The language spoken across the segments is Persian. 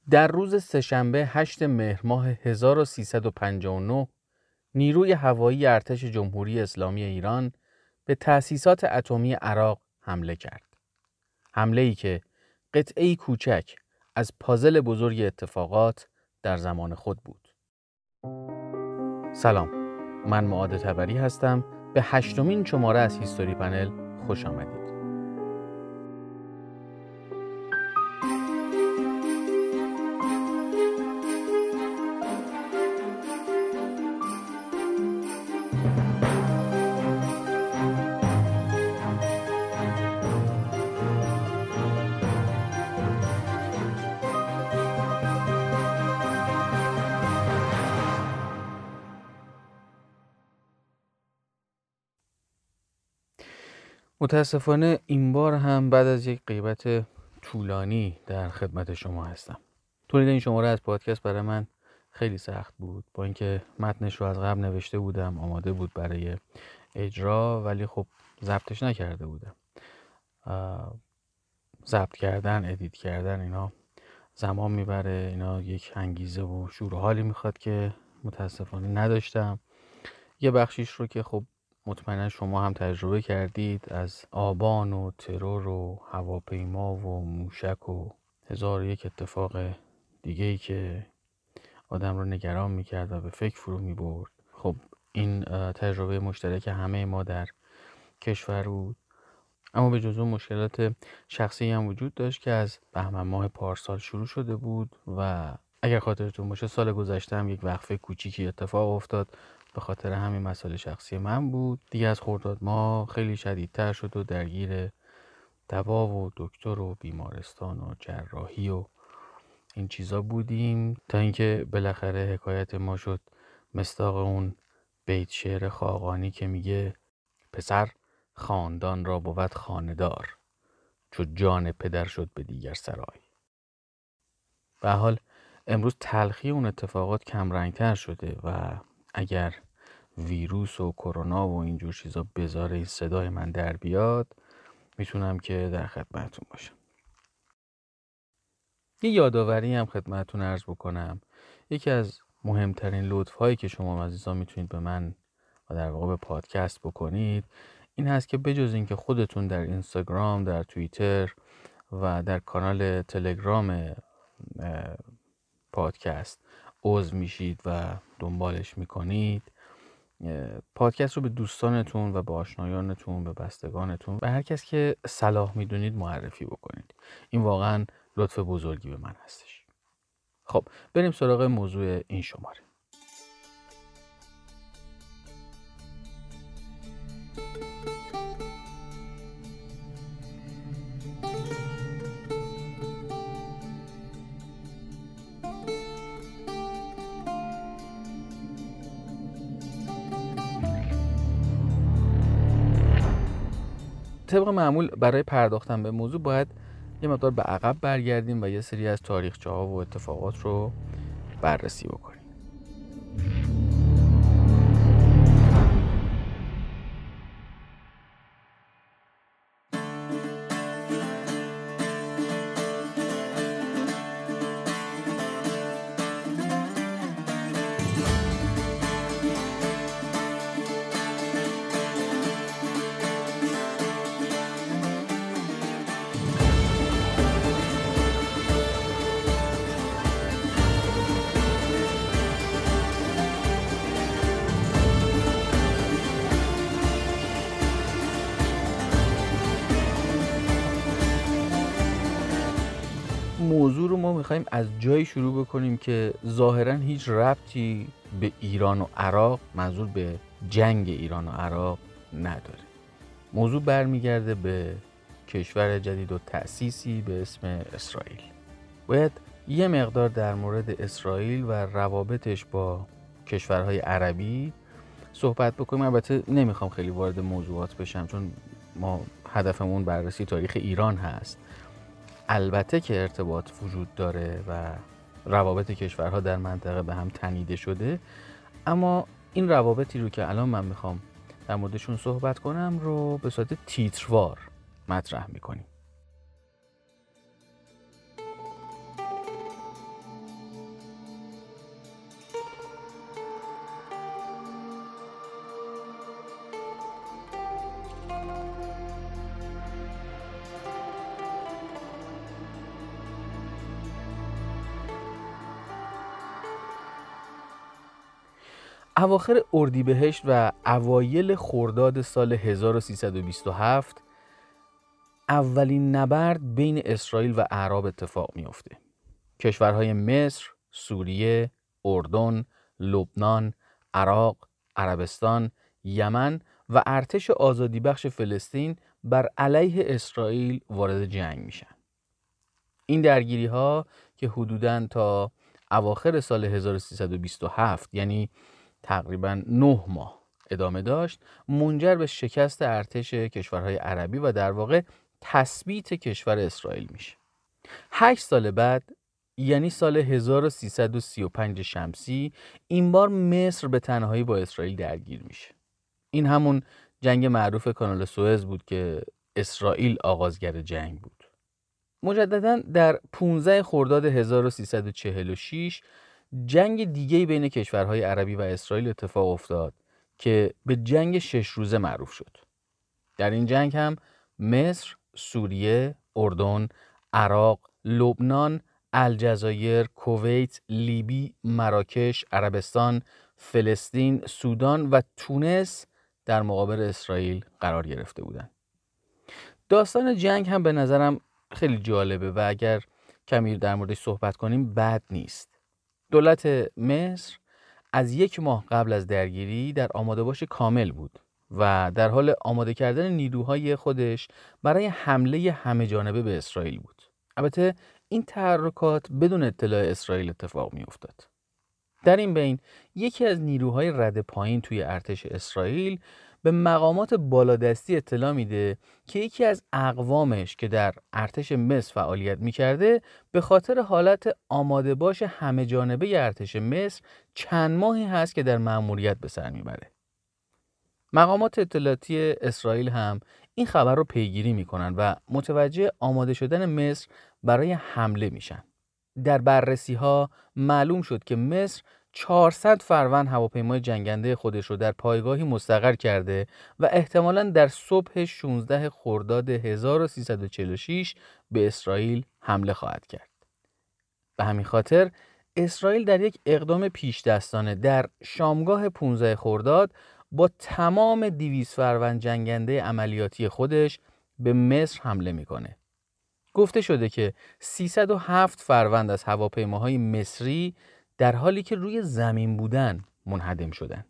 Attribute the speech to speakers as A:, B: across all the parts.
A: در روز سه‌شنبه 8 مهر ماه 1359 نیروی هوایی ارتش جمهوری اسلامی ایران به تأسیسات اتمی عراق حمله کرد. حمله‌ای که قطعه‌ای کوچک از پازل بزرگ اتفاقات در زمان خود بود. سلام، من معاد طبری هستم. به 8مین شماره از هیستوری پنل خوش آمدید. متاسفانه این بار هم بعد از یک غیبت طولانی در خدمت شما هستم. تولید این شماره از پادکست برای من خیلی سخت بود، با اینکه متنش رو از قبل نوشته بودم، آماده بود برای اجرا، ولی خب ضبطش نکرده بودم. ضبط کردن، ادیت کردن اینا زمان میبره، اینا یک انگیزه و شور و حالی میخواد که متاسفانه نداشتم. یه بخشیش رو که خب مطمئنا شما هم تجربه کردید، از آبان و ترور و هواپیما و موشک و 1001 اتفاق دیگه‌ای که آدم رو نگران میکرد و به فکر فرو میبرد. خب این تجربه مشترک همه ما در کشور بود، اما به جز اون مشکلات شخصی هم وجود داشت که از بهمن ماه پارسال شروع شده بود و اگر خاطرتون باشه سال گذشته هم یک وقفه کوچیکی اتفاق افتاد، به خاطر همین مسائل شخصی من بود. دیگه از خرداد ماه خیلی شدیدتر شد و درگیر دوا و دکتر و بیمارستان و جراحی و این چیزا بودیم، تا اینکه بالاخره حکایت ما شد مصداق اون بیت شعر خاقانی که میگه پسر خاندان را بود خانه‌دار، چو جان پدر شد به دیگر سرای. به حال امروز تلخی اون اتفاقات کم رنگتر شده و اگر ویروس و کرونا و اینجور چیزا بذاره این صدای من در بیاد، میتونم که در خدمتتون باشم. یه یادآوری هم خدمتتون عرض بکنم. یکی از مهمترین لطف‌هایی که شما عزیزان میتونید به من و در واقع به پادکست بکنید این هست که بجز این که خودتون در اینستاگرام، در توییتر و در کانال تلگرام پادکست عضو میشید و دنبالش میکنید، پادکست رو به دوستانتون و به آشنایانتون، به بستگانتون و هر کس که صلاح میدونید معرفی بکنید. این واقعا لطف بزرگی به من هستش. خب بریم سراغ موضوع این شماره. طبق معمول برای پرداختن به موضوع باید یه مقدار به عقب برگردیم و یه سری از تاریخچه‌ها و اتفاقات رو بررسی بکنیم. موضوع رو ما میخوایم از جایی شروع بکنیم که ظاهراً هیچ ربطی به ایران و عراق، منظور به جنگ ایران و عراق، نداره. موضوع برمیگرده به کشور جدید و تأسیسی به اسم اسرائیل. باید یه مقدار در مورد اسرائیل و روابطش با کشورهای عربی صحبت بکنیم. البته نمیخوام خیلی وارد موضوعات بشم چون ما هدفمون بررسی تاریخ ایران هست. البته که ارتباط وجود داره و روابط کشورها در منطقه به هم تنیده شده، اما این روابطی رو که الان من میخوام در موردشون صحبت کنم رو به صورت تیتروار مطرح میکنیم. اواخر اردیبهشت و اوایل خرداد سال 1327 اولین نبرد بین اسرائیل و اعراب اتفاق میفته. کشورهای مصر، سوریه، اردن، لبنان، عراق، عربستان، یمن و ارتش آزادی بخش فلسطین بر علیه اسرائیل وارد جنگ میشن. این درگیری ها که حدوداً تا اواخر سال 1327 یعنی تقریباً 9 ماه ادامه داشت، منجر به شکست ارتش کشورهای عربی و در واقع تثبیت کشور اسرائیل میشه. 8 سال بعد یعنی سال 1335 شمسی این بار مصر به تنهایی با اسرائیل درگیر میشه. این همون جنگ معروف کانال سوئز بود که اسرائیل آغازگر جنگ بود. مجدداً در 15 خرداد 1346 جنگ دیگه‌ای بین کشورهای عربی و اسرائیل اتفاق افتاد که به جنگ 6 روزه معروف شد. در این جنگ هم مصر، سوریه، اردن، عراق، لبنان، الجزایر، کویت، لیبی، مراکش، عربستان، فلسطین، سودان و تونس در مقابل اسرائیل قرار گرفته بودند. داستان جنگ هم به نظرم خیلی جالبه و اگر کمی در موردش صحبت کنیم بد نیست. دولت مصر از 1 ماه قبل از درگیری در آماده باش کامل بود و در حال آماده کردن نیروهای خودش برای حمله همه جانبه به اسرائیل بود. البته این تحرکات بدون اطلاع اسرائیل اتفاق می افتاد. در این بین یکی از نیروهای رده پایین توی ارتش اسرائیل به مقامات بالادستی اطلاع میده که یکی از اقوامش که در ارتش مصر فعالیت میکرده به خاطر حالت آماده باش همه جانبه ارتش مصر چند ماهی هست که در مأموریت به سر میبره. مقامات اطلاعاتی اسرائیل هم این خبر رو پیگیری میکنن و متوجه آماده شدن مصر برای حمله میشن. در بررسی ها معلوم شد که مصر 400 فروند هواپیمای جنگنده خودش رو در پایگاهی مستقر کرده و احتمالاً در صبح 16 خرداد 1346 به اسرائیل حمله خواهد کرد. به همین خاطر اسرائیل در یک اقدام پیش دستانه در شامگاه 15 خرداد با تمام 200 فروند جنگنده عملیاتی خودش به مصر حمله میکنه. گفته شده که 307 فروند از هواپیماهای مصری در حالی که روی زمین بودن منهدم شدن.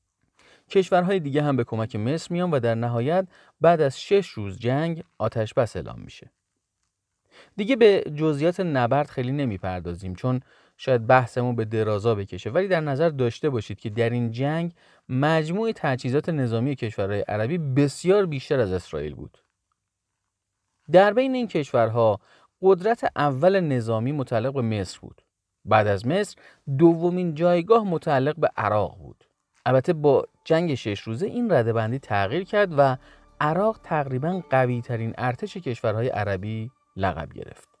A: کشورهای دیگه هم به کمک مصر میان و در نهایت بعد از 6 روز جنگ آتش بس اعلام میشه. دیگه به جزئیات نبرد خیلی نمیپردازیم چون شاید بحثمون به درازا بکشه، ولی در نظر داشته باشید که در این جنگ مجموع تجهیزات نظامی کشورهای عربی بسیار بیشتر از اسرائیل بود. در بین این کشورها قدرت اول نظامی متعلق به مصر بود. بعد از مصر دومین جایگاه متعلق به عراق بود. البته با جنگ 6 روزه این رده‌بندی تغییر کرد و عراق تقریباً قوی ترین ارتش کشورهای عربی لقب گرفت.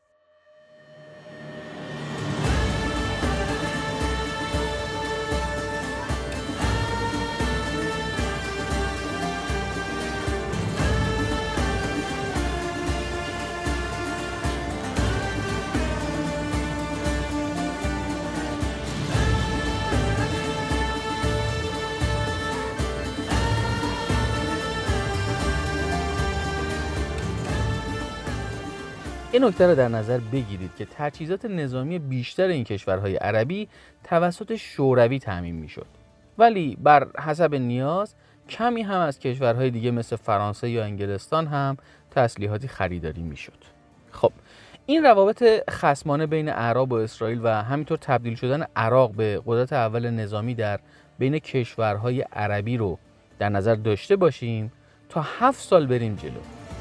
A: این نکته را در نظر بگیرید که تجهیزات نظامی بیشتر این کشورهای عربی توسط شوروی تامین میشد، ولی بر حسب نیاز کمی هم از کشورهای دیگه مثل فرانسه یا انگلستان هم تسلیحاتی خریداری میشد. خب این روابط خصمانه بین اعراب و اسرائیل و همینطور تبدیل شدن عراق به قدرت اول نظامی در بین کشورهای عربی رو در نظر داشته باشیم تا 7 سال بریم جلو.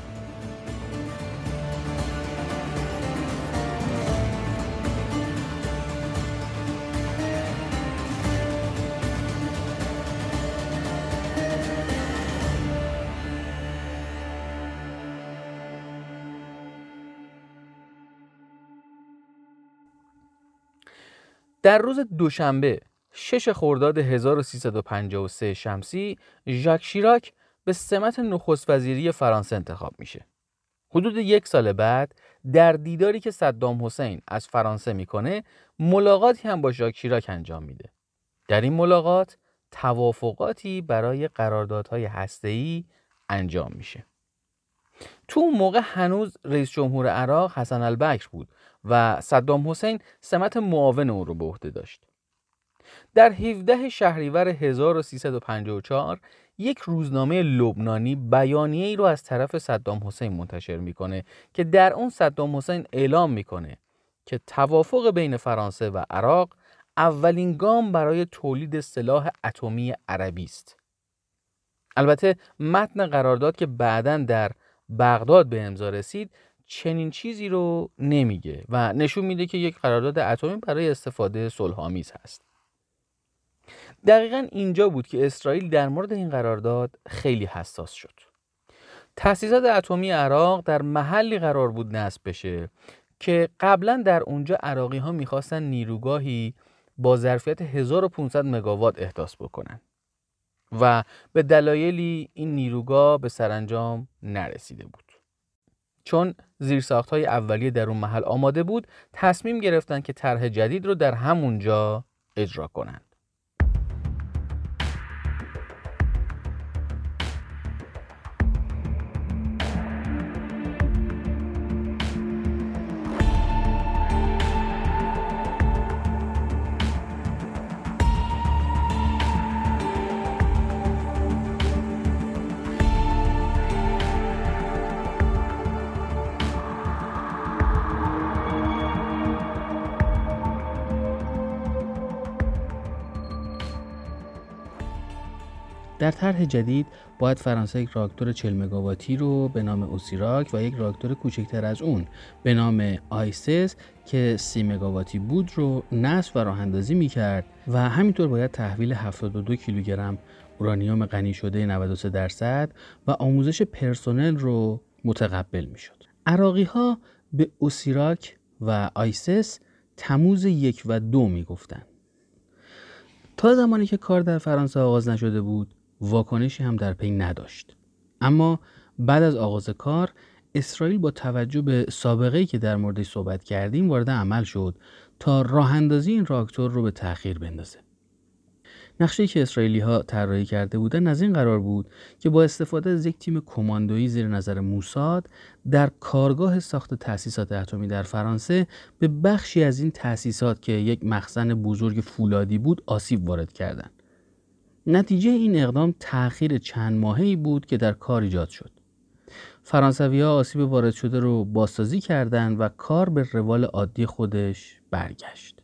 A: در روز دوشنبه 6 خرداد 1353 شمسی ژاک شیراک به سمت نخست وزیری فرانسه انتخاب میشه. حدود 1 سال بعد در دیداری که صدام حسین از فرانسه میکنه ملاقاتی هم با ژاک شیراک انجام میده. در این ملاقات توافقاتی برای قراردادهای هسته‌ای انجام میشه. تو اون موقع هنوز رئیس جمهور عراق حسن البکر بود و صدام حسین سمت معاون او رو به عهده داشت. در 17 شهریور 1354 یک روزنامه لبنانی بیانیه‌ای رو از طرف صدام حسین منتشر میکنه که در اون صدام حسین اعلام میکنه که توافق بین فرانسه و عراق اولین گام برای تولید سلاح اتمی عربی است. البته متن قرارداد که بعداً در بغداد به امضا رسید چنین چیزی رو نمیگه و نشون میده که یک قرارداد اتمی برای استفاده صلح‌آمیز هست. دقیقاً اینجا بود که اسرائیل در مورد این قرارداد خیلی حساس شد. تأسیسات اتمی عراق در محلی قرار بود نصب بشه که قبلا در اونجا عراقی ها میخواستن نیروگاهی با ظرفیت 1500 مگاوات احداث بکنن و به دلایلی این نیروگاه به سرانجام نرسیده بود. چون زیرساخت‌های اولیه در اون محل آماده بود، تصمیم گرفتن که طرح جدید رو در همونجا اجرا کنن. در طرح جدید باید فرانسه یک راکتور 40 مگاواتی رو به نام اوسیراک و یک راکتور کوچکتر از اون به نام آیسس که 30 مگاواتی بود رو نصب و راه اندازی می‌کرد و همینطور باید تحویل 72 کیلوگرم اورانیوم غنی شده 93% و آموزش پرسنل رو متقبل می‌شد. عراقی‌ها به اوسیراک و آیسس تموز 1 و 2 میگفتن. تا زمانی که کار در فرانسه آغاز نشده بود واکنشی هم در پی نداشت. اما بعد از آغاز کار اسرائیل با توجه به سابقه‌ای که در موردش صحبت کردیم وارد عمل شد تا راه اندازی این راکتور رو به تأخیر بندازه. نقشه‌ای که اسرائیلی‌ها طراحی کرده بودن از این قرار بود که با استفاده از یک تیم کماندویی زیر نظر موساد در کارگاه ساخت تأسیسات اتمی در فرانسه به بخشی از این تأسیسات که یک مخزن بزرگ فولادی بود آسیب وارد کردند. نتیجه این اقدام تأخیر چند ماهه‌ای بود که در کار ایجاد شد. فرانسوی‌ها آسیب وارد شده رو بازسازی کردند و کار به روال عادی خودش برگشت.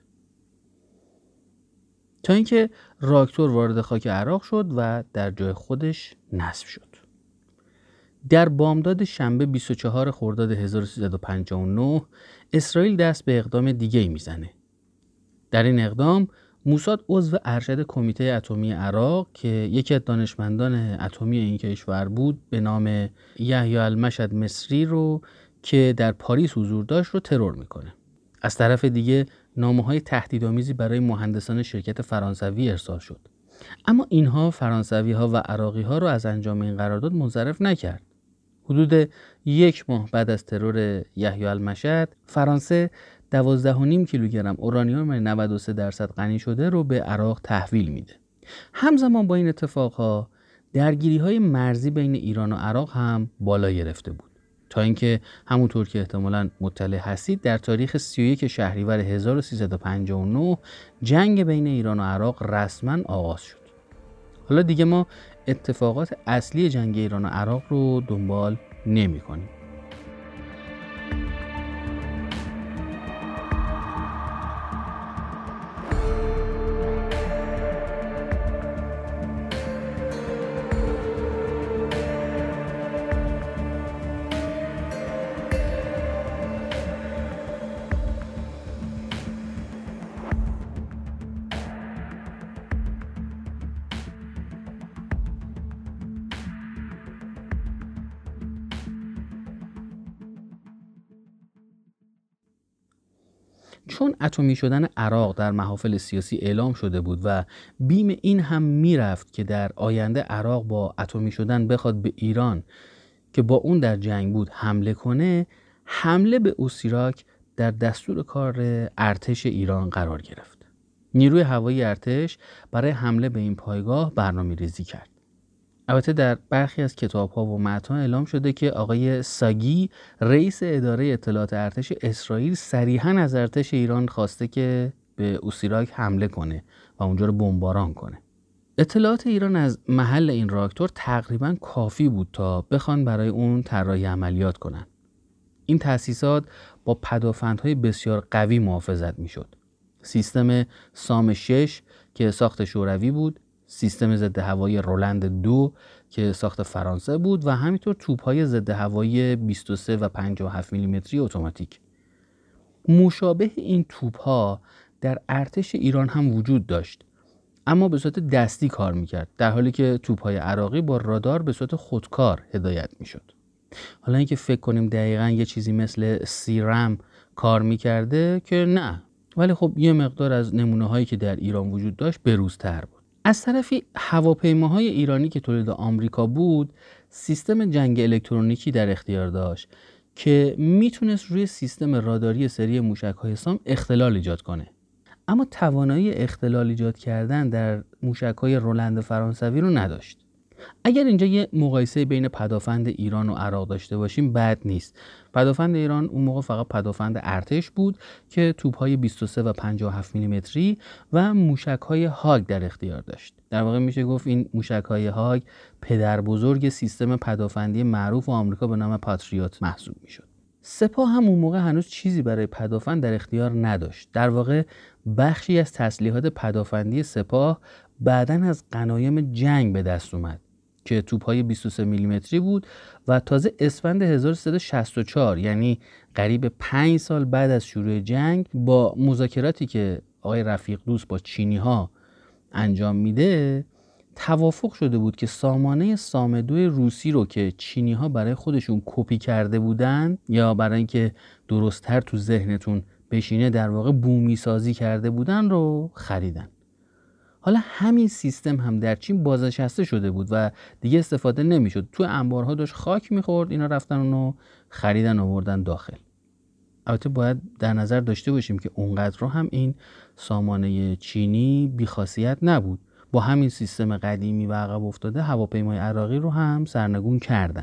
A: تا اینکه راکتور وارد خاک عراق شد و در جای خودش نصب شد. در بامداد شنبه 24 خرداد 1359 اسرائیل دست به اقدام دیگه‌ای میزنه. در این اقدام موساد عضو ارشد کمیته اتمی عراق که یکی از دانشمندان اتمی این کشور بود به نام یحیی المشهد مصری رو که در پاریس حضور داشت رو ترور میکنه. از طرف دیگه نامه‌های تهدیدآمیزی برای مهندسان شرکت فرانسوی ارسال شد. اما اینها فرانسوی‌ها و عراقی‌ها رو از انجام این قرارداد منصرف نکرد. حدود 1 ماه بعد از ترور یحیی المشهد، فرانسه 12.5 کیلوگرم اورانیوم 93% غنی شده رو به عراق تحویل میده. همزمان با این اتفاقها درگیری‌های مرزی بین ایران و عراق هم بالا گرفته بود. تا اینکه همونطور که احتمالاً مطلع هستید در تاریخ 31 شهریور 1359 جنگ بین ایران و عراق رسما آغاز شد. حالا دیگه ما اتفاقات اصلی جنگ ایران و عراق رو دنبال نمی‌کنیم. چون اتمی شدن عراق در محافل سیاسی اعلام شده بود و بیم این هم میرفت که در آینده عراق با اتمی شدن بخواد به ایران که با اون در جنگ بود حمله کنه، حمله به اوسیراک در دستور کار ارتش ایران قرار گرفت. نیروی هوایی ارتش برای حمله به این پایگاه برنامه‌ریزی کرد. البته در برخی از کتاب‌ها و متن‌ها اعلام شده که آقای ساگی رئیس اداره اطلاعات ارتش اسرائیل صریحاً از ارتش ایران خواسته که به اوسیراک حمله کنه و اونجا رو بمباران کنه. اطلاعات ایران از محل این راکتور تقریباً کافی بود تا بخوان برای اون طراحی عملیات کنن. این تأسیسات با پدافندهای بسیار قوی محافظت میشد. سیستم سام 6 که ساخت شوروی بود، سیستم ضد هوایی رولند 2 که ساخت فرانسه بود و همینطور توپ‌های ضد هوایی 23 و 57 میلیمتری اتوماتیک. مشابه این توپ‌ها در ارتش ایران هم وجود داشت، اما به صورت دستی کار میکرد، در حالی که توپ‌های عراقی با رادار به صورت خودکار هدایت میشد. حالا اینکه فکر کنیم دقیقاً یه چیزی مثل سیرم کار میکرده که نه، ولی خب یه مقدار از نمونه‌هایی که در ایران وجود داشت بروزتر بود. از طرفی هواپیماهای ایرانی که تولید آمریکا بود سیستم جنگ الکترونیکی در اختیار داشت که میتونست روی سیستم راداری سری موشک‌های سام اختلال ایجاد کنه. اما توانایی اختلال ایجاد کردن در موشک‌های رولند فرانسوی رو نداشت. اگر اینجا یه مقایسه بین پدافند ایران و عراق داشته باشیم بد نیست. پدافند ایران اون موقع فقط پدافند ارتش بود که توپ‌های 23 و 57 میلیمتری و موشک‌های هاگ در اختیار داشت. در واقع میشه گفت این موشک‌های هاگ پدر بزرگ سیستم پدافندی معروف آمریکا به نام پاتریوت محسوب میشد. سپاه هم اون موقع هنوز چیزی برای پدافند در اختیار نداشت. در واقع بخشی از تسلیحات پدافندی سپاه بعداً از غنایم جنگ به دست اومد که توپ‌های 23 میلیمتری بود و تازه اسفند 1364 یعنی قریب 5 سال بعد از شروع جنگ با مذاکراتی که آقای رفیق دوست با چینی‌ها انجام میده توافق شده بود که سامانه سام 2 روسی رو که چینی‌ها برای خودشون کپی کرده بودن یا برای اینکه درست‌تر تو ذهنتون بشینه در واقع بومی سازی کرده بودن رو خریدن. حالا همین سیستم هم در چین بازنشسته شده بود و دیگه استفاده نمیشد. تو انبارها داشت خاک میخورد، اینا رفتن اونو خریدن آوردن داخل. البته باید در نظر داشته باشیم که اونقدر رو هم این سامانه چینی بیخاصیت نبود. با همین سیستم قدیمی و عقب افتاده هواپیمای عراقی رو هم سرنگون کردن.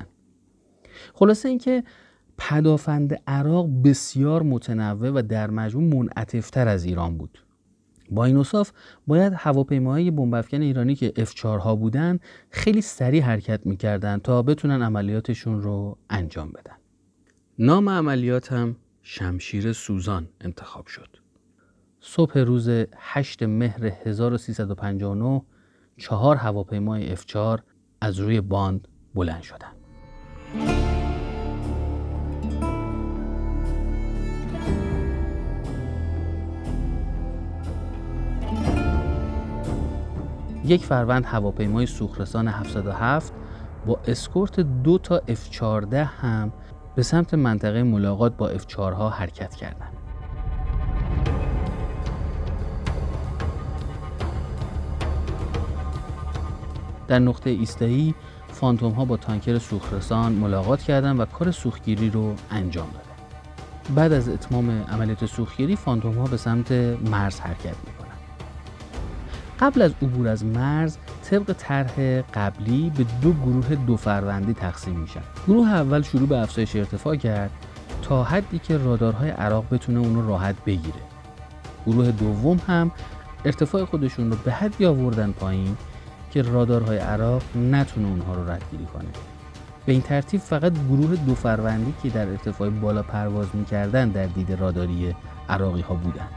A: خلاصه اینکه پدافند عراق بسیار متنوع و در مجموع منعطف‌تر از ایران بود. با این اوصاف باید هواپیماهای بمب‌افکن ایرانی که F4 ها بودن خیلی سریع حرکت می‌کردن تا بتونن عملیاتشون رو انجام بدن. نام عملیات هم شمشیر سوزان انتخاب شد. صبح روز 8 مهر 1359 4 هواپیمای F4 از روی باند بلند شدند. یک فروند هواپیمای سوخرسان 707 با اسکورت 2 تا F14 هم به سمت منطقه ملاقات با F4 ها حرکت کردند. در نقطه ایستایی فانتوم ها با تانکر سوخرسان ملاقات کردند و کار سوختگیری رو انجام دادند. بعد از اتمام عملیات سوختگیری فانتوم ها به سمت مرز حرکت می‌کنند. قبل از عبور از مرز طبق طرح قبلی به 2 گروه 2 فروندی تقسیم میشن. گروه اول شروع به افزایش ارتفاع کرد تا حدی که رادارهای عراق بتونه اون رو راحت بگیره. گروه دوم هم ارتفاع خودشون رو به حدی آوردن پایین که رادارهای عراق نتونه اونها رو ردگیری کنه. به این ترتیب فقط گروه 2 فروندی که در ارتفاع بالا پرواز میکردن در دید راداری عراقی ها بودن.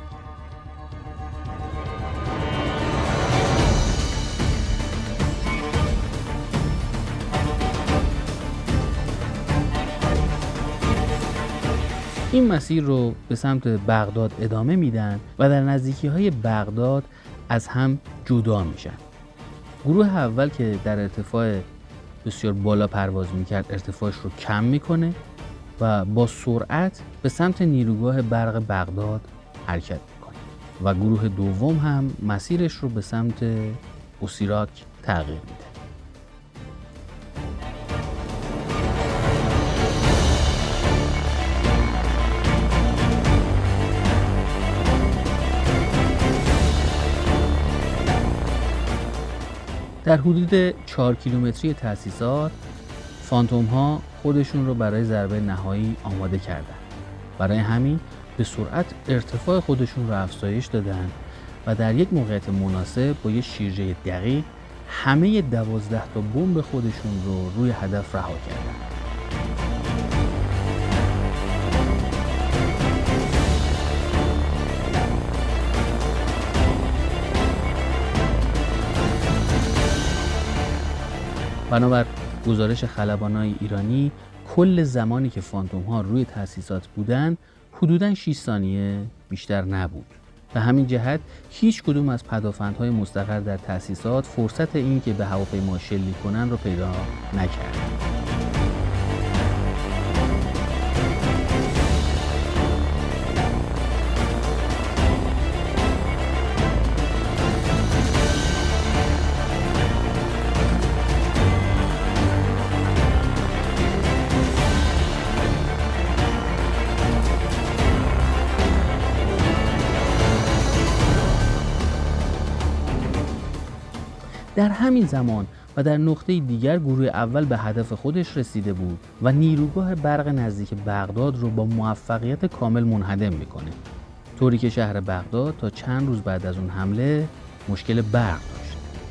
A: این مسیر رو به سمت بغداد ادامه میدن و در نزدیکی های بغداد از هم جدا میشن. گروه اول که در ارتفاع بسیار بالا پرواز میکرد ارتفاعش رو کم میکنه و با سرعت به سمت نیروگاه برق بغداد حرکت میکنه و گروه دوم هم مسیرش رو به سمت اوسیراک تغییر میده. در حدود 4 کیلومتری تأسیسات فانتوم ها خودشون رو برای ضربه نهایی آماده کردن. برای همین به سرعت ارتفاع خودشون رو افزایش دادن و در یک موقعیت مناسب با یه شیرجه دقیق همه 12 تا بمب خودشون رو روی هدف رها کردن. بنابر گزارش خلبانای ایرانی کل زمانی که فانتوم ها روی تأسیسات بودن حدوداً 6 ثانیه بیشتر نبود. به همین جهت هیچ کدوم از پدافندهای مستقر در تأسیسات فرصت این که به هواپیما شلیک کنن رو پیدا نکردن. در همین زمان و در نقطه دیگر گروه اول به هدف خودش رسیده بود و نیروگاه برق نزدیک بغداد رو با موفقیت کامل منهدم میکنه، طوری که شهر بغداد تا چند روز بعد از اون حمله مشکل برق داشت.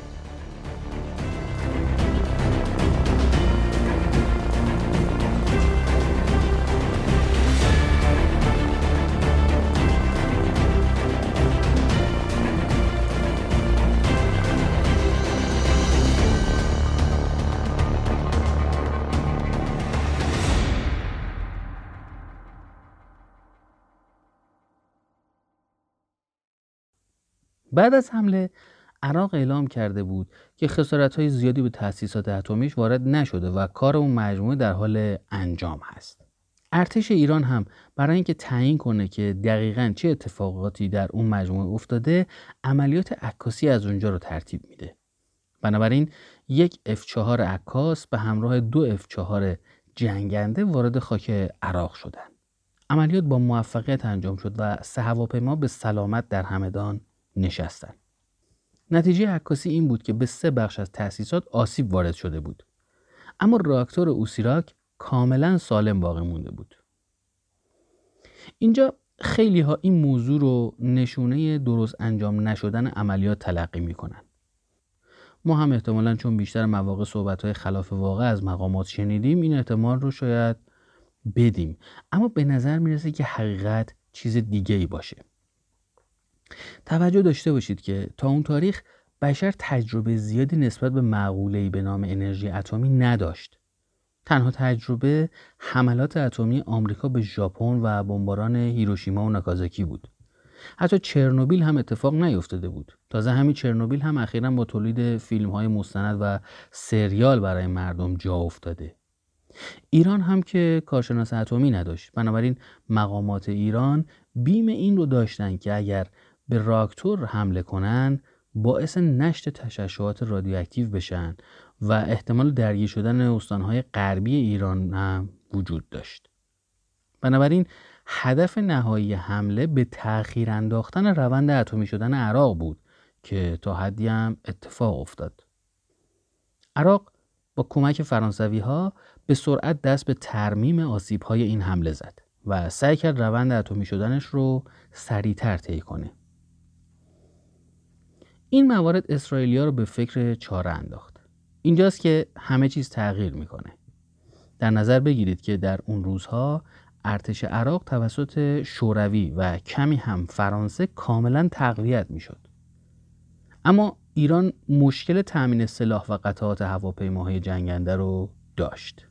A: بعد از حمله عراق اعلام کرده بود که خسارت‌های زیادی به تأسیسات اتمیش وارد نشده و کار اون مجموعه در حال انجام هست. ارتش ایران هم برای اینکه تعیین کنه که دقیقاً چه اتفاقاتی در اون مجموعه افتاده، عملیات عکاسی از اونجا رو ترتیب میده. بنابراین یک F4 عکاس به همراه 2 F4 جنگنده وارد خاک عراق شدن. عملیات با موفقیت انجام شد و 3 هواپیما به سلامت در همدان نشستن. نتیجه عکاسی این بود که به 3 بخش از تأسیسات آسیب وارد شده بود، اما راکتور اوسیراک کاملا سالم باقی مونده بود. اینجا خیلی ها این موضوع رو نشونه درست انجام نشدن عملیات تلقی میکنن. ما هم احتمالاً چون بیشتر مواقع صحبت‌های خلاف واقع از مقامات شنیدیم این احتمال رو شاید بدیم، اما به نظر میرسه که حقیقت چیز دیگه‌ای باشه. توجه داشته باشید که تا اون تاریخ بشر تجربه زیادی نسبت به مقوله‌ای به نام انرژی اتمی نداشت. تنها تجربه حملات اتمی آمریکا به ژاپن و بمباران هیروشیما و ناگازاکی بود. حتی چرنوبیل هم اتفاق نیفتاده بود. تازه همین چرنوبیل هم اخیراً با تولید فیلم‌های مستند و سریال برای مردم جا افتاده. ایران هم که کارشناس اتمی نداشت، بنابراین مقامات ایران بیم این رو داشتن که اگر به راکتور حمله کنن باعث نشت تشعشعات رادیواکتیو بشن و احتمال درگیر شدن استانهای غربی ایران هم وجود داشت. بنابراین هدف نهایی حمله به تأخیر انداختن روند اتمی شدن عراق بود که تا حدی هم اتفاق افتاد. عراق با کمک فرانسوی‌ها به سرعت دست به ترمیم آسیب‌های این حمله زد و سعی کرد روند اتمی شدنش رو سریع‌تر طی کنه. این موارد اسرائیلی‌ها رو به فکر چاره انداخت. اینجاست که همه چیز تغییر میکنه. در نظر بگیرید که در اون روزها ارتش عراق توسط شوروی و کمی هم فرانسه کاملا تقویت میشد. اما ایران مشکل تامین سلاح و قطعات هواپیماهای جنگنده رو داشت.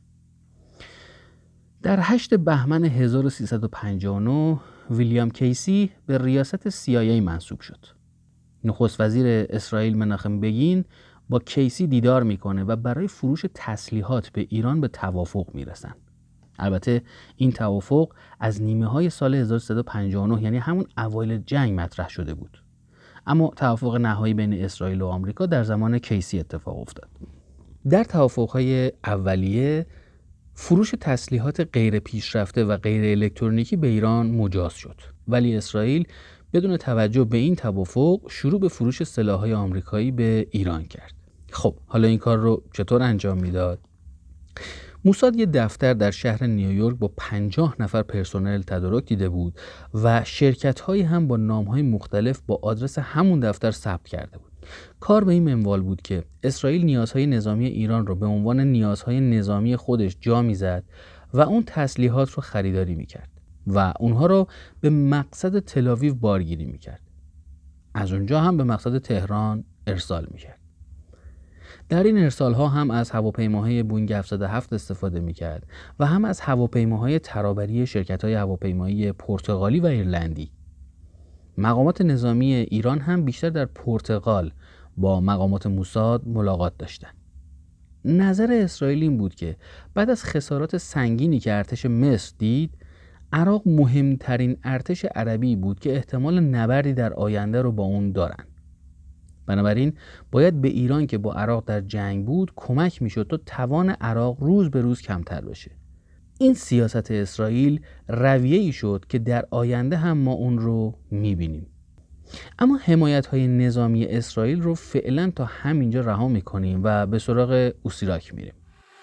A: در 8 بهمن 1359 ویلیام کیسی به ریاست CIA منصوب شد. نخست وزیر اسرائیل مناخم بگین با کیسی دیدار میکنه و برای فروش تسلیحات به ایران به توافق میرسن. البته این توافق از نیمه های سال 1359 یعنی همون اوایل جنگ مطرح شده بود. اما توافق نهایی بین اسرائیل و آمریکا در زمان کیسی اتفاق افتاد. در توافق‌های اولیه فروش تسلیحات غیر پیشرفته و غیر الکترونیکی به ایران مجاز شد، ولی اسرائیل بدون توجه به این توافق شروع به فروش سلاح‌های آمریکایی به ایران کرد. خب حالا این کار رو چطور انجام میداد؟ موساد یه دفتر در شهر نیویورک با 50 نفر پرسنل تدارک دیده بود و شرکت‌هایی هم با نام‌های مختلف با آدرس همون دفتر ثبت کرده بود. کار به این منوال بود که اسرائیل نیازهای نظامی ایران رو به عنوان نیازهای نظامی خودش جا می‌زد و اون تسلیحات رو خریداری می‌کرد و اونها رو به مقصد تل‌آویو بارگیری می‌کرد. از اونجا هم به مقصد تهران ارسال می‌کرد. در این ارسال‌ها هم از هواپیماهای بوینگ 707 استفاده می‌کرد و هم از هواپیماهای ترابری شرکت‌های هواپیمایی پرتغالی و ایرلندی. مقامات نظامی ایران هم بیشتر در پرتغال با مقامات موساد ملاقات داشتند. نظر اسرائیل این بود که بعد از خسارات سنگینی که ارتش مصر دید، عراق مهمترین ارتش عربی بود که احتمال نبردی در آینده رو با اون دارن. بنابراین باید به ایران که با عراق در جنگ بود کمک میشد تا توان عراق روز به روز کمتر بشه. این سیاست اسرائیل رویه‌ای شد که در آینده هم ما اون رو میبینیم. اما حمایت‌های نظامی اسرائیل رو فعلا تا همینجا رها میکنیم و به سراغ اوسیراک میریم.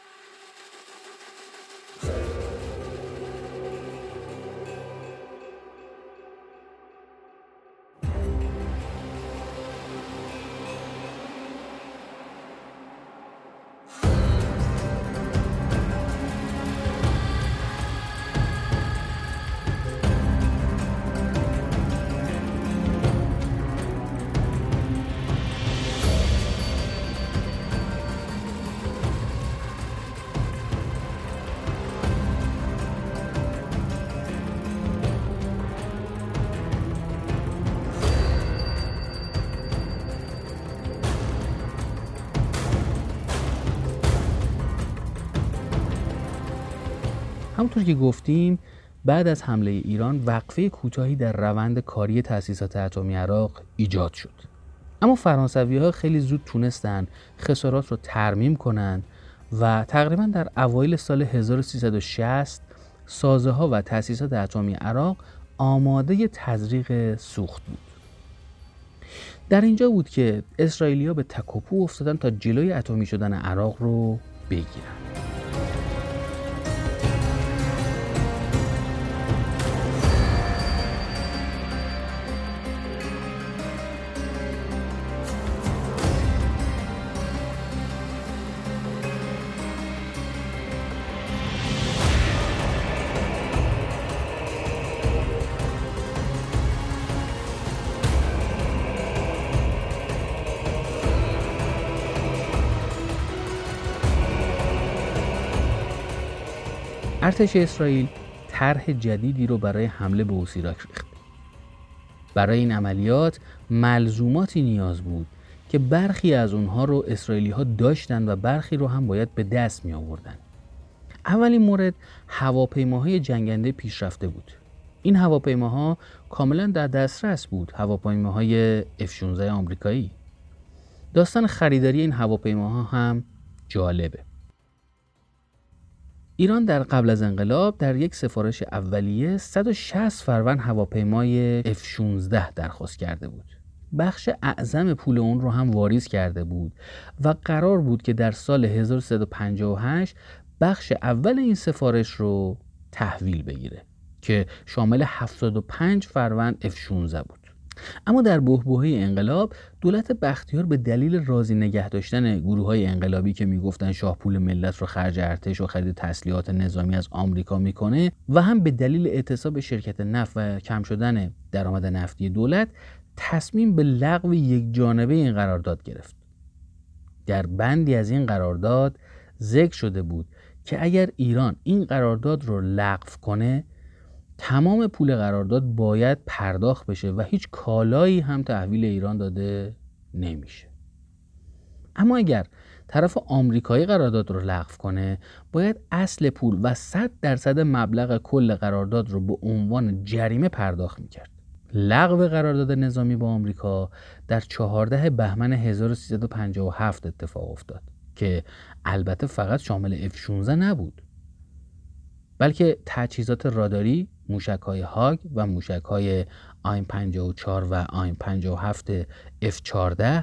A: همونطور که گفتیم بعد از حمله ایران وقفه کوتاهی در روند کاری تأسیسات اتمی عراق ایجاد شد. اما فرانسوی‌ها خیلی زود تونستن خسارات رو ترمیم کنن و تقریبا در اوایل سال 1360 سازه‌ها و تأسیسات اتمی عراق آماده تزریق سوخت بود. در اینجا بود که اسرائیلی‌ها به تک و پو افتادن تا جلوی اتمی شدن عراق رو بگیرن. ارتش اسرائیل طرح جدیدی رو برای حمله به اوسیراک ریخت. برای این عملیات ملزوماتی نیاز بود که برخی از اونها رو اسرائیلی‌ها داشتن و برخی رو هم باید به دست می آوردن. اولین مورد هواپیماهای جنگنده پیشرفته بود. این هواپیماها کاملا در دسترس بود، هواپیماهای F-16 آمریکایی. داستان خریداری این هواپیماها هم جالبه. ایران در قبل از انقلاب در یک سفارش اولیه 160 فروند هواپیمای F-16 درخواست کرده بود. بخش اعظم پول اون رو هم واریز کرده بود و قرار بود که در سال 1358 بخش اول این سفارش رو تحویل بگیره که شامل 75 فروند F-16 بود. اما در بحبوحه انقلاب دولت بختیار به دلیل راضی نگه داشتن گروه‌های انقلابی که میگفتن شاه پول ملت رو خرج ارتش و خرید تسلیحات نظامی از آمریکا میکنه و هم به دلیل اعتصاب شرکت نفت و کم شدن درآمد نفتی دولت تصمیم به لغو یک جانبه این قرارداد گرفت. در بندی از این قرارداد ذکر شده بود که اگر ایران این قرارداد رو لغو کنه تمام پول قرارداد باید پرداخت بشه و هیچ کالایی هم تحویل ایران داده نمیشه. اما اگر طرف آمریکایی قرارداد رو لغو کنه باید اصل پول و 100% مبلغ کل قرارداد رو به عنوان جریمه پرداخت میکرد. لغو قرارداد نظامی با آمریکا در 14 بهمن 1357 اتفاق افتاد که البته فقط شامل F-16 نبود، بلکه تجهیزات راداری، موشک‌های هاگ و موشک‌های آیم 54 و آیم 57 F-14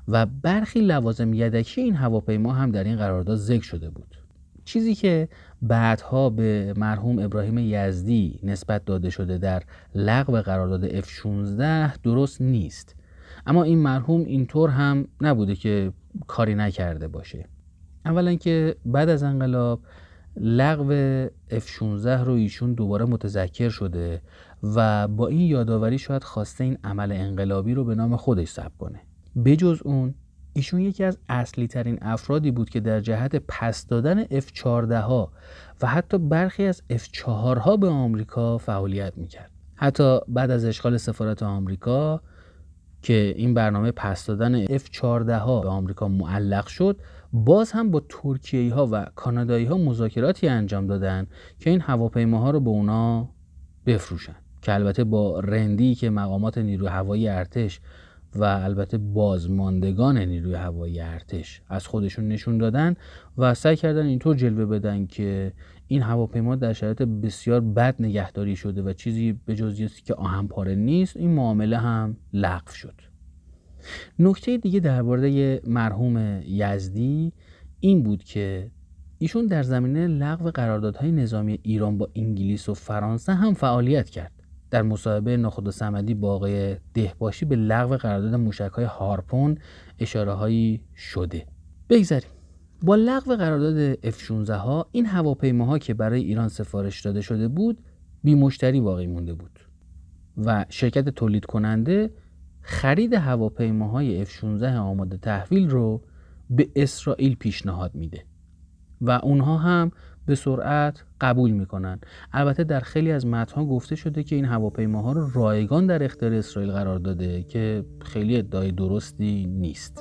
A: و برخی لوازم یدکی این هواپیما هم در این قرارداد ذکر شده بود. چیزی که بعدها به مرحوم ابراهیم یزدی نسبت داده شده در لغو قرارداد F-16 درست نیست. اما این مرحوم اینطور هم نبوده که کاری نکرده باشه. اولا که بعد از انقلاب لغو F-16 رو ایشون دوباره متذکر شده و با این یادآوری شاید خواسته این عمل انقلابی رو به نام خودش ثبت کنه. بجز اون ایشون یکی از اصلی ترین افرادی بود که در جهت پس دادن F-14 ها و حتی برخی از F-4 ها به آمریکا فعالیت میکرد. حتی بعد از اشغال سفارت آمریکا که این برنامه پس دادن F-14 ها به آمریکا معلق شد، باز هم با ترکیه‌ای ها و کانادایی ها مذاکراتی انجام دادن که این هواپیماها رو به اونا بفروشن، که البته با رندی که مقامات نیروی هوایی ارتش و البته بازماندگان نیروی هوایی ارتش از خودشون نشون دادن و سعی کردن اینطور جلوه بدن که این هواپیما در شرایط بسیار بد نگهداری شده و چیزی به جز که آهن پاره نیست. این معامله هم لغو شد. نکته دیگه درباره مرحوم یزدی این بود که ایشون در زمینه لغو قراردادهای نظامی ایران با انگلیس و فرانسه هم فعالیت کرد. در مصاحبه نخود صمدی با آقای دهباشی به لغو قرارداد موشک‌های هارپون اشاره‌هایی شده. بگذاریم. با لغو قرارداد F-16 ها این هواپیماها که برای ایران سفارش داده شده بود بی مشتری باقی مونده بود و شرکت تولید کننده خرید هواپیماهای F-16 آماده تحویل رو به اسرائیل پیشنهاد میده و اونها هم به سرعت قبول میکنن. البته در خیلی از متن‌ها گفته شده که این هواپیماها رو رایگان در اختیار اسرائیل قرار داده که خیلی ادعای درستی نیست.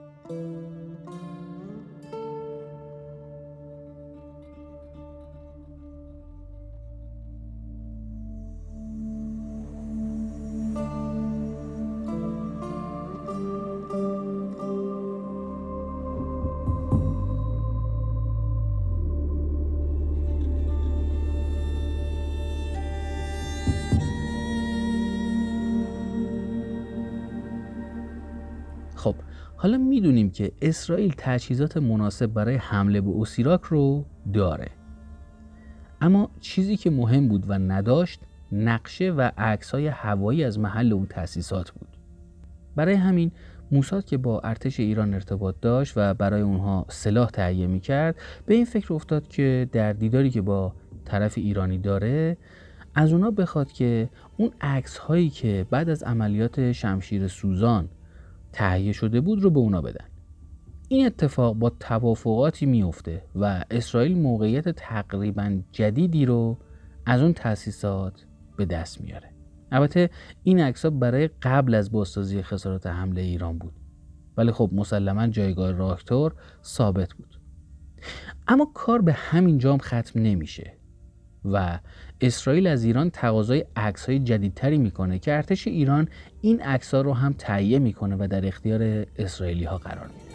A: خب حالا میدونیم که اسرائیل تجهیزات مناسب برای حمله به اوسیراک رو داره، اما چیزی که مهم بود و نداشت نقشه و عکس‌های هوایی از محل اون تأسیسات بود. برای همین موساد که با ارتش ایران ارتباط داشت و برای اونها سلاح تهیه می‌کرد به این فکر افتاد که در دیداری که با طرف ایرانی داره از اونا بخواد که اون عکس‌هایی که بعد از عملیات شمشیر سوزان تهیه شده بود رو به اونا بدن. این اتفاق با توافقاتی میفته و اسرائیل موقعیت تقریبا جدیدی رو از اون تأسیسات به دست میاره. البته این عکس‌ها برای قبل از بازسازی خسارات حمله ایران بود، ولی خب مسلماً جایگاه راکتور ثابت بود. اما کار به همین جام ختم نمیشه و اسرائیل از ایران تقاضای عکس‌های جدیدتری میکنه که ارتش ایران این عکس‌ها رو هم تهیه میکنه و در اختیار اسرائیلی‌ها قرار میده.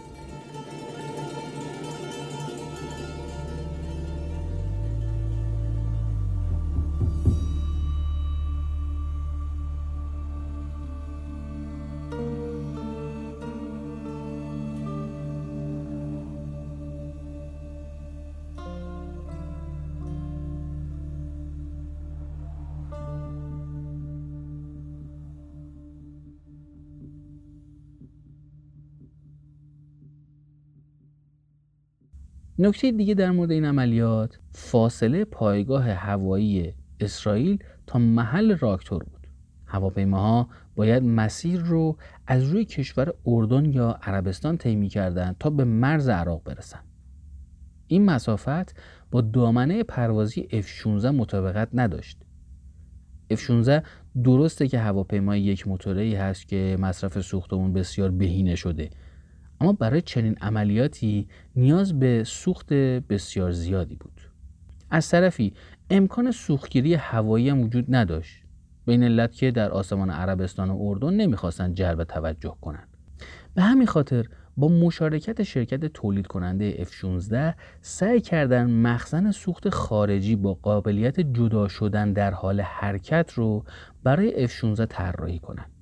A: نکته دیگه در مورد این عملیات فاصله پایگاه هوایی اسرائیل تا محل راکتور بود. هواپیماها باید مسیر رو از روی کشور اردن یا عربستان طی می‌کردند تا به مرز عراق برسن. این مسافت با دامنه پروازی F-16 مطابقت نداشت. F-16 درسته که هواپیمای یک موتوره‌ای هست که مصرف سوخت اون بسیار بهینه شده، اما برای چنین عملیاتی نیاز به سوخت بسیار زیادی بود. از طرفی امکان سوختگیری هوایی هم وجود نداشت، به این علت که در آسمان عربستان و اردن نمیخواستن جلب توجه کنن. به همین خاطر با مشارکت شرکت تولید کننده F-16 سعی کردن مخزن سوخت خارجی با قابلیت جدا شدن در حال حرکت رو برای F-16 طراحی کنن.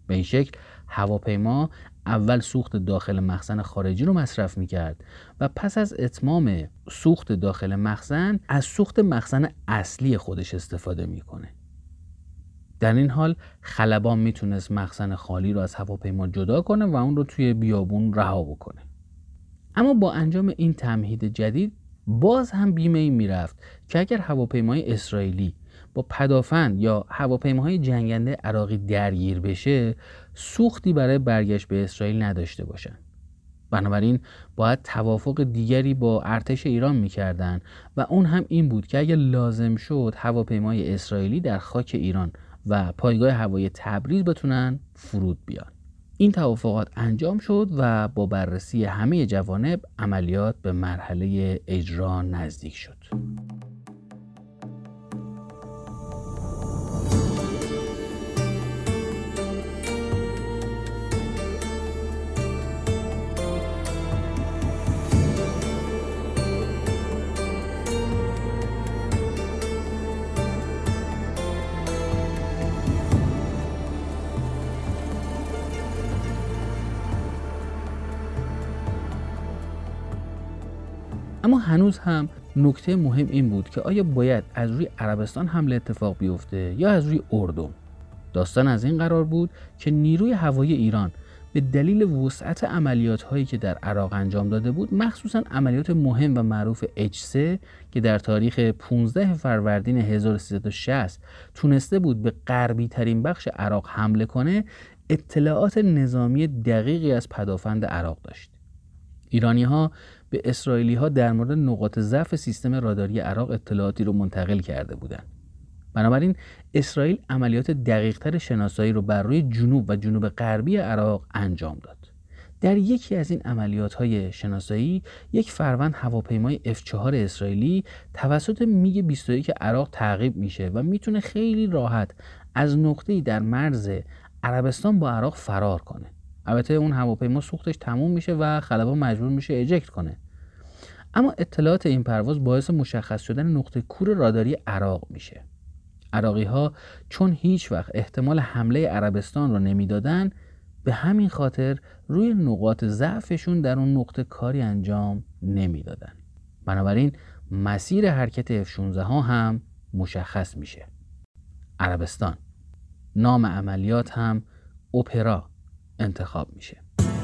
A: به این شکل هواپیما اول سوخت داخل مخزن خارجی رو مصرف میکرد و پس از اتمام سوخت داخل مخزن از سوخت مخزن اصلی خودش استفاده میکنه. در این حال خلبان میتونست مخزن خالی رو از هواپیما جدا کنه و اون رو توی بیابون رها بکنه. اما با انجام این تمهید جدید باز هم بیمه این میرفت که اگر هواپیمای اسرائیلی با پدافند یا هواپیماهای جنگنده عراقی درگیر بشه، سوختی برای برگشت به اسرائیل نداشته باشن. بنابراین باید توافق دیگری با ارتش ایران میکردن و اون هم این بود که اگر لازم شد هواپیمای اسرائیلی در خاک ایران و پایگاه هوایی تبریز بتونن فرود بیان. این توافقات انجام شد و با بررسی همه جوانب عملیات به مرحله اجرا نزدیک شد. اما هنوز هم نکته مهم این بود که آیا باید از روی عربستان حمله اتفاق بیفته یا از روی اردن. داستان از این قرار بود که نیروی هوایی ایران به دلیل وسعت عملیات هایی که در عراق انجام داده بود، مخصوصا عملیات مهم و معروف H3 که در تاریخ 15 فروردین 1360 تونسته بود به غربی ترین بخش عراق حمله کنه، اطلاعات نظامی دقیقی از پدافند عراق داشت. ایرانی ها به اسرائیلی ها در مورد نقاط ضعف سیستم راداری عراق اطلاعاتی رو منتقل کرده بودند. بنابراین اسرائیل عملیات دقیق‌تر شناسایی رو بر روی جنوب و جنوب غربی عراق انجام داد. در یکی از این عملیات‌های شناسایی، یک فروند هواپیمای F4 اسرائیلی توسط میگ 21 عراق تعقیب میشه و میتونه خیلی راحت از نقطه‌ای در مرز عربستان با عراق فرار کنه. البته اون هواپیما سوختش تموم میشه و خلبان مجبور میشه اجکت کنه. اما اطلاعات این پرواز باعث مشخص شدن نقطه کور راداری عراق میشه. عراقی ها چون هیچ وقت احتمال حمله عربستان رو نمیدادن، به همین خاطر روی نقاط ضعفشون در اون نقطه کاری انجام نمیدادن. بنابراین مسیر حرکت F-16 ها هم مشخص میشه. عربستان. نام عملیات هم اپرا انتخاب میشه.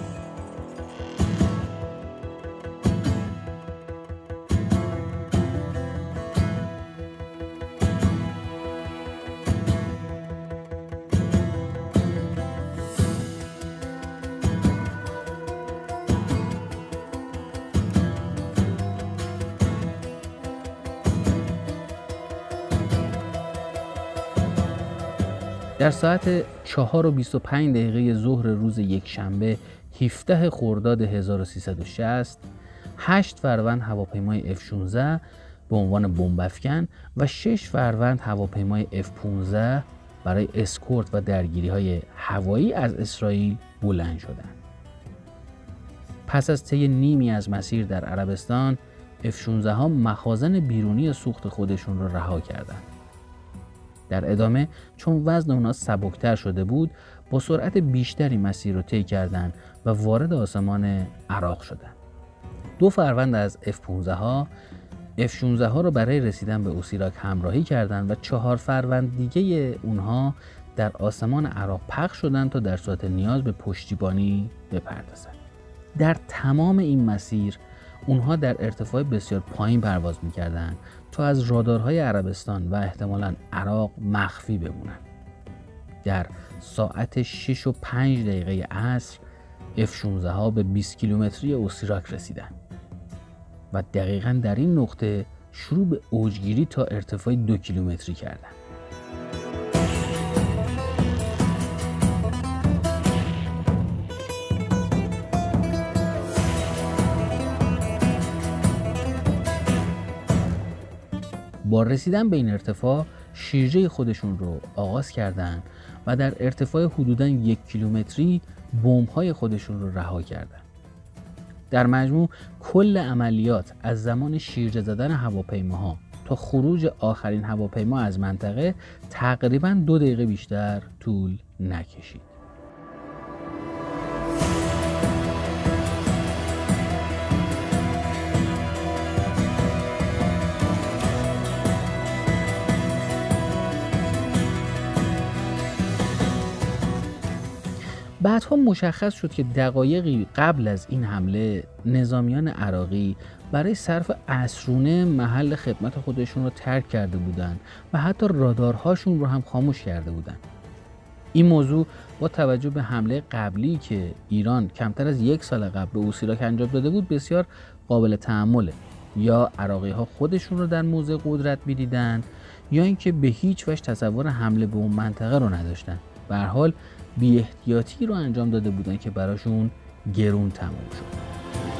A: در ساعت 4:25 ظهر روز یکشنبه 17 خرداد 1360 8 فروند هواپیمای F-16 به عنوان بمب‌افکن و 6 فروند هواپیمای F-15 برای اسکورت و درگیری‌های هوایی از اسرائیل بلند شدند. پس از طی نیمی از مسیر در عربستان، F-16 ها مخازن بیرونی سوخت خودشون را رها کردند. در ادامه چون وزن اونا سبکتر شده بود، با سرعت بیشتری مسیر رو طی کردند و وارد آسمان عراق شدند. 2 فروند از F-15 ها F-16 ها رو برای رسیدن به اوسیراک همراهی کردند و 4 فروند دیگه اونها در آسمان عراق پخش شدند تا در صورت نیاز به پشتیبانی بپردازند. در تمام این مسیر اونها در ارتفاع بسیار پایین پرواز می‌کردند تا از رادارهای عربستان و احتمالاً عراق مخفی بمونند. در ساعت 6:05 عصر F-16 ها به 20 کیلومتری اوسیراک رسیدند و دقیقاً در این نقطه شروع به اوجگیری تا ارتفاع 2 کیلومتری کردند. با رسیدن به این ارتفاع شیرجه خودشون رو آغاز کردند و در ارتفاع حدوداً 1 کیلومتری بمب‌های خودشون رو رها کردند. در مجموع کل عملیات از زمان شیرجه زدن هواپیماها تا خروج آخرین هواپیما از منطقه تقریباً 2 دقیقه بیشتر طول نکشید. بعدها مشخص شد که دقایقی قبل از این حمله نظامیان عراقی برای صرف عصرونه محل خدمت خودشون رو ترک کرده بودند و حتی رادارهاشون رو هم خاموش کرده بودند. این موضوع با توجه به حمله قبلی که ایران کمتر از 1 سال قبل به اوسیراک انجام داده بود بسیار قابل تأمله. یا عراقی ها خودشون رو در موضع قدرت می‌دیدن یا اینکه به هیچ وجه تصور حمله به اون منطقه رو نداشتن. به هر حال بی احتیاطی رو انجام داده بودن که براشون گرون تموم شد.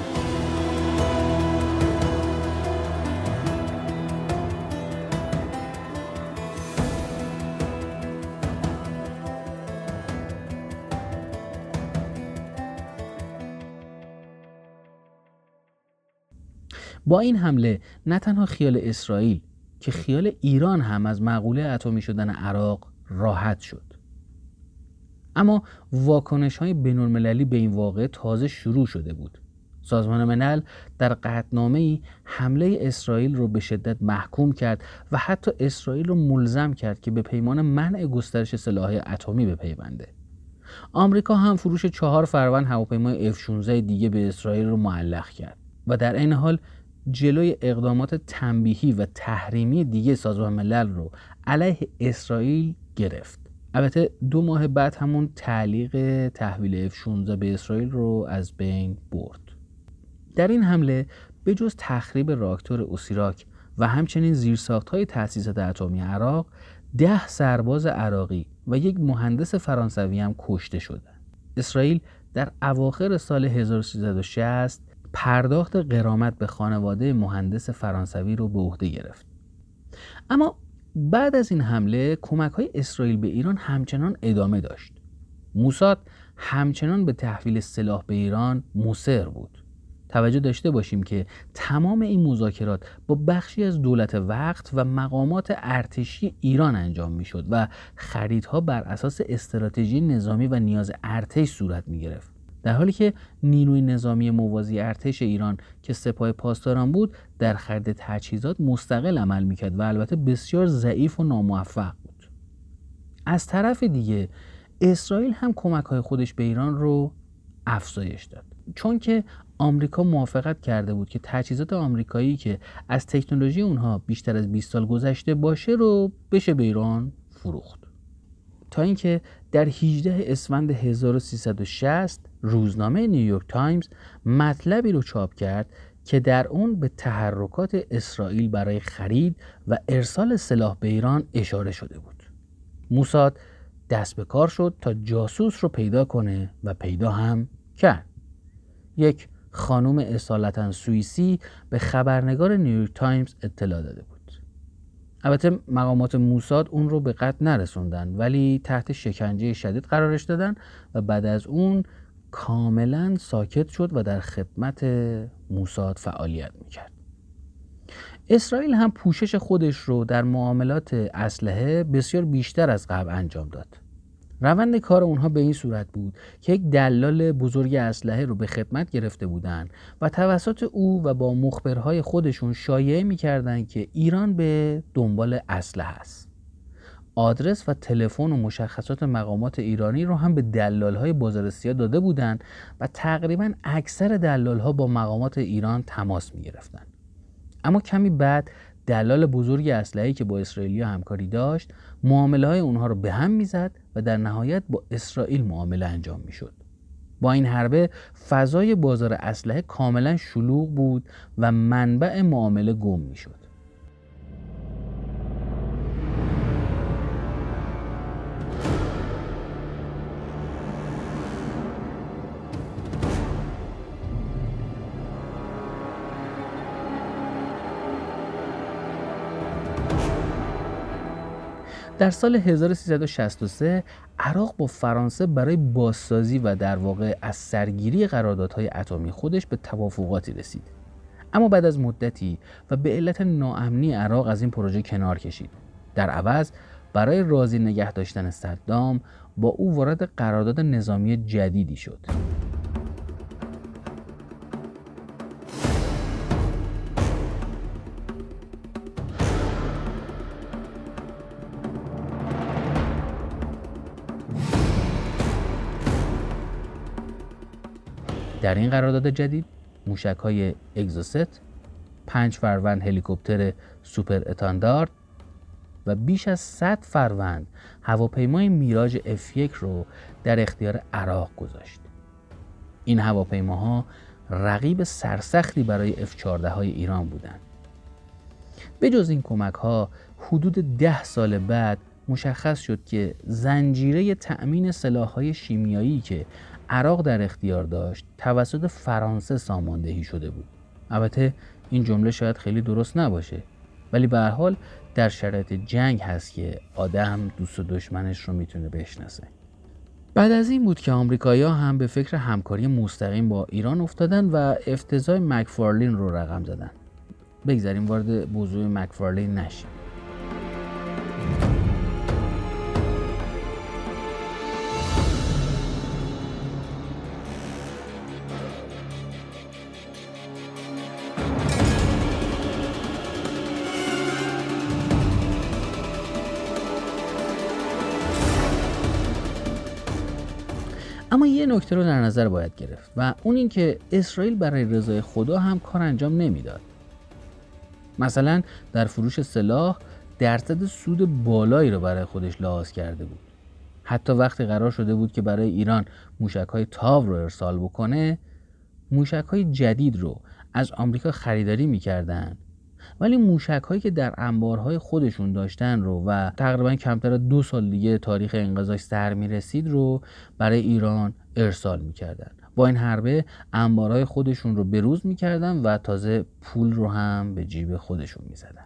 A: با این حمله نه تنها خیال اسرائیل که خیال ایران هم از مقوله اتمی شدن عراق راحت شد. اما واکنش‌های بین‌المللی به این واقعه تازه شروع شده بود. سازمان ملل در قطعنامه‌ای حمله اسرائیل رو به شدت محکوم کرد و حتی اسرائیل رو ملزم کرد که به پیمان منع گسترش سلاح‌های اتمی بپیونده. آمریکا هم فروش 4 فروند هواپیمای F-16 دیگه به اسرائیل رو معلق کرد و در این حال جلوی اقدامات تنبیهی و تحریمی دیگه سازمان ملل رو علیه اسرائیل گرفت. البته 2 ماه بعد همون تعلیق تحویل F-16 به اسرائیل رو از بین برد. در این حمله به جز تخریب راکتور اوسیراک و همچنین زیرساخت‌های تأسیسات اتمی عراق 10 سرباز عراقی و 1 مهندس فرانسوی هم کشته شدند. اسرائیل در اواخر سال 1360 پرداخت غرامت به خانواده مهندس فرانسوی رو به عهده گرفت. اما بعد از این حمله کمک‌های اسرائیل به ایران همچنان ادامه داشت. موساد همچنان به تحویل سلاح به ایران مصر بود. توجه داشته باشیم که تمام این مذاکرات با بخشی از دولت وقت و مقامات ارتشی ایران انجام می‌شد و خریدها بر اساس استراتژی نظامی و نیاز ارتش صورت می‌گرفت. در حالی که نیروی نظامی موازی ارتش ایران که سپاه پاسداران بود در خرید تجهیزات مستقل عمل میکرد و البته بسیار ضعیف و ناموفق بود. از طرف دیگه اسرائیل هم کمک‌های خودش به ایران رو افزایش داد، چون که آمریکا موافقت کرده بود که تجهیزات آمریکایی که از تکنولوژی اونها بیشتر از 20 سال گذشته باشه رو بشه به ایران فروخت. تا اینکه در 18 اسفند 1360 روزنامه نیویورک تایمز مطلبی رو چاپ کرد که در اون به تحرکات اسرائیل برای خرید و ارسال سلاح به ایران اشاره شده بود. موساد دست به کار شد تا جاسوس رو پیدا کنه و پیدا هم کرد. یک خانم اصالتاً سوئیسی به خبرنگار نیویورک تایمز اطلاع داده بود. البته مقامات موساد اون رو به قتل نرسوندن ولی تحت شکنجه شدید قرارش دادن و بعد از اون کاملا ساکت شد و در خدمت موساد فعالیت میکرد. اسرائیل هم پوشش خودش رو در معاملات اسلحه بسیار بیشتر از قبل انجام داد. روند کار اونها به این صورت بود که یک دلال بزرگ اسلحه رو به خدمت گرفته بودن و توسط او و با مخبرهای خودشون شایعه می‌کردند که ایران به دنبال اسلحه است. آدرس و تلفن و مشخصات مقامات ایرانی رو هم به دلال‌های بازار سیاه داده بودند و تقریباً اکثر دلال‌ها با مقامات ایران تماس می‌گرفتند. اما کمی بعد دلال بزرگ اسلحه‌ای که با اسرائیلیا همکاری داشت معامله‌های اونها رو به هم میزد و در نهایت با اسرائیل معامله انجام میشد. با این حربه فضای بازار اسلحه کاملا شلوغ بود و منبع معامله گم میشد. در سال 1363 عراق با فرانسه برای بازسازی و در واقع از سرگیری قراردادهای اتمی خودش به توافقاتی رسید. اما بعد از مدتی و به علت ناامنی عراق از این پروژه کنار کشید. در عوض برای راضی نگه داشتن صدام با او وارد قرارداد نظامی جدیدی شد.
B: در این قرارداد جدید موشک‌های اگزوست، 5 فروند هلیکوپتر سوپر اتاندارد و بیش از 100 فروند هواپیمای میراژ F1 رو در اختیار عراق گذاشت. این هواپیماها رقیب سرسختی برای F-14 های ایران بودند. به جز این کمک‌ها حدود 10 سال بعد مشخص شد که زنجیره تأمین سلاح‌های شیمیایی که عراق در اختیار داشت توسط فرانسه ساماندهی شده بود. البته این جمله شاید خیلی درست نباشه، ولی به هر حال در شرایط جنگ هست که آدم دوست و دشمنش رو میتونه بشناسه. بعد از این بود که آمریکایی‌ها هم به فکر همکاری مستقیم با ایران افتادن و افتضاح مکفارلین رو رقم زدن. بگذاریم وارد موضوع مکفارلین نشیم. اما یه نکته رو در نظر باید گرفت و اون این که اسرائیل برای رضای خدا هم کار انجام نمیداد. مثلا در فروش سلاح درصد سود بالایی رو برای خودش لحاظ کرده بود. حتی وقتی قرار شده بود که برای ایران موشک‌های تاو رو ارسال بکنه، موشک‌های جدید رو از آمریکا خریداری می‌کردن، ولی موشک‌هایی که در انبارهای خودشون داشتن رو و تقریبا کمتر از 2 سال دیگه تاریخ انقضاش سر می‌رسید رو برای ایران ارسال می‌کردن. با این حربه انبارهای خودشون رو بروز می‌کردن و تازه پول رو هم به جیب خودشون می‌زدن.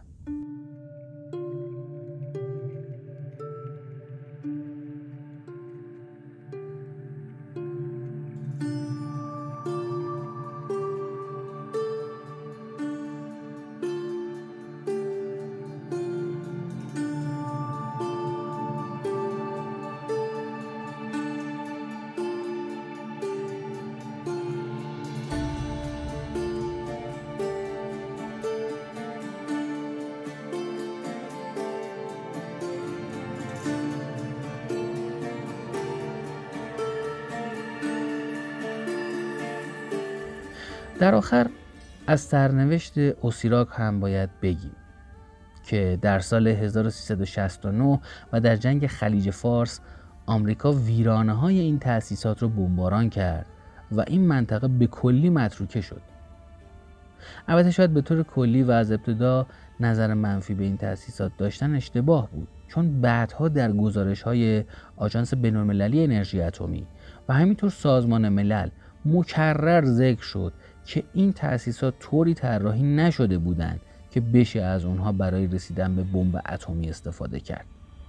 B: در آخر از سرنوشت اوسیراک هم باید بگیم که در سال 1369 و در جنگ خلیج فارس آمریکا ویرانه‌های این تأسیسات رو بمباران کرد و این منطقه به کلی متروکه شد. البته شاید به طور کلی و از ابتدا نظر منفی به این تأسیسات داشتن اشتباه بود، چون بعدها در گزارش‌های آژانس بین‌المللی انرژی اتمی و همینطور سازمان ملل مکرر ذکر شد که این تأسیسات طوری طراحی نشده بودند که بشه از اونها برای رسیدن به بمب اتمی استفاده کرد.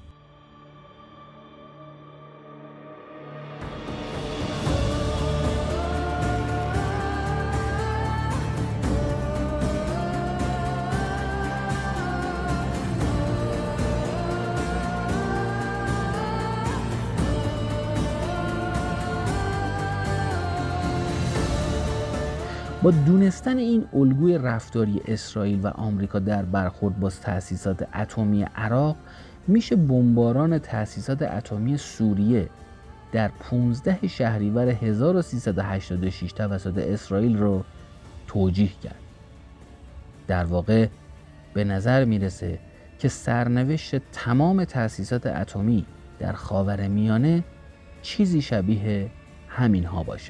B: با دونستن این الگوی رفتاری اسرائیل و آمریکا در برخورد با تأسیسات اتمی عراق، میشه بمباران تأسیسات اتمی سوریه در 15 شهریور 1386 توسط اسرائیل رو توجیه کرد. در واقع به نظر میرسه که سرنوشت تمام تأسیسات اتمی در خاورمیانه چیزی شبیه همینها باشه.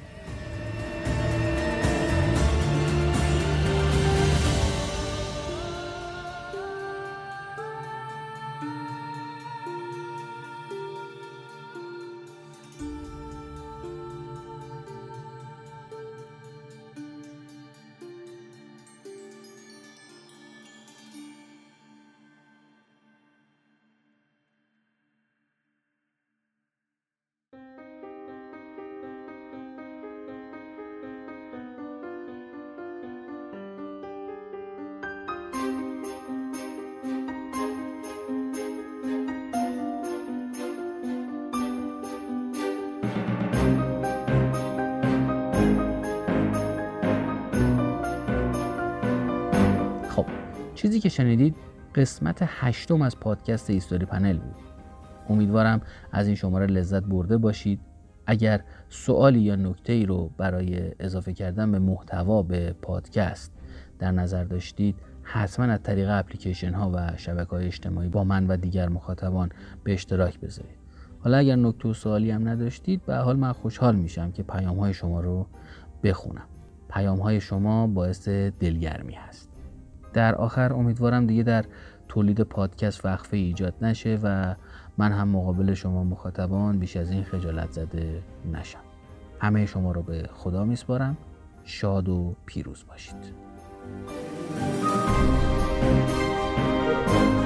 B: چیزی که شنیدید قسمت 8 از پادکست هیستوری پنل بود. امیدوارم از این شماره لذت برده باشید اگر سوالی یا نکته‌ای رو برای اضافه کردن به محتوا به پادکست در نظر داشتید، حتما از طریق اپلیکیشن ها و شبکه‌های اجتماعی با من و دیگر مخاطبان به اشتراک بذارید. حالا اگر نکته و سوالی هم نداشتید، به هر حال من خوشحال میشم که پیام های شما رو بخونم. پیام های شما باعث دلگرمی هست. در آخر امیدوارم دیگه در تولید پادکست وقفه ایجاد نشه و من هم مقابل شما مخاطبان بیش از این خجالت زده نشم. همه شما رو به خدا میسپارم. شاد و پیروز باشید.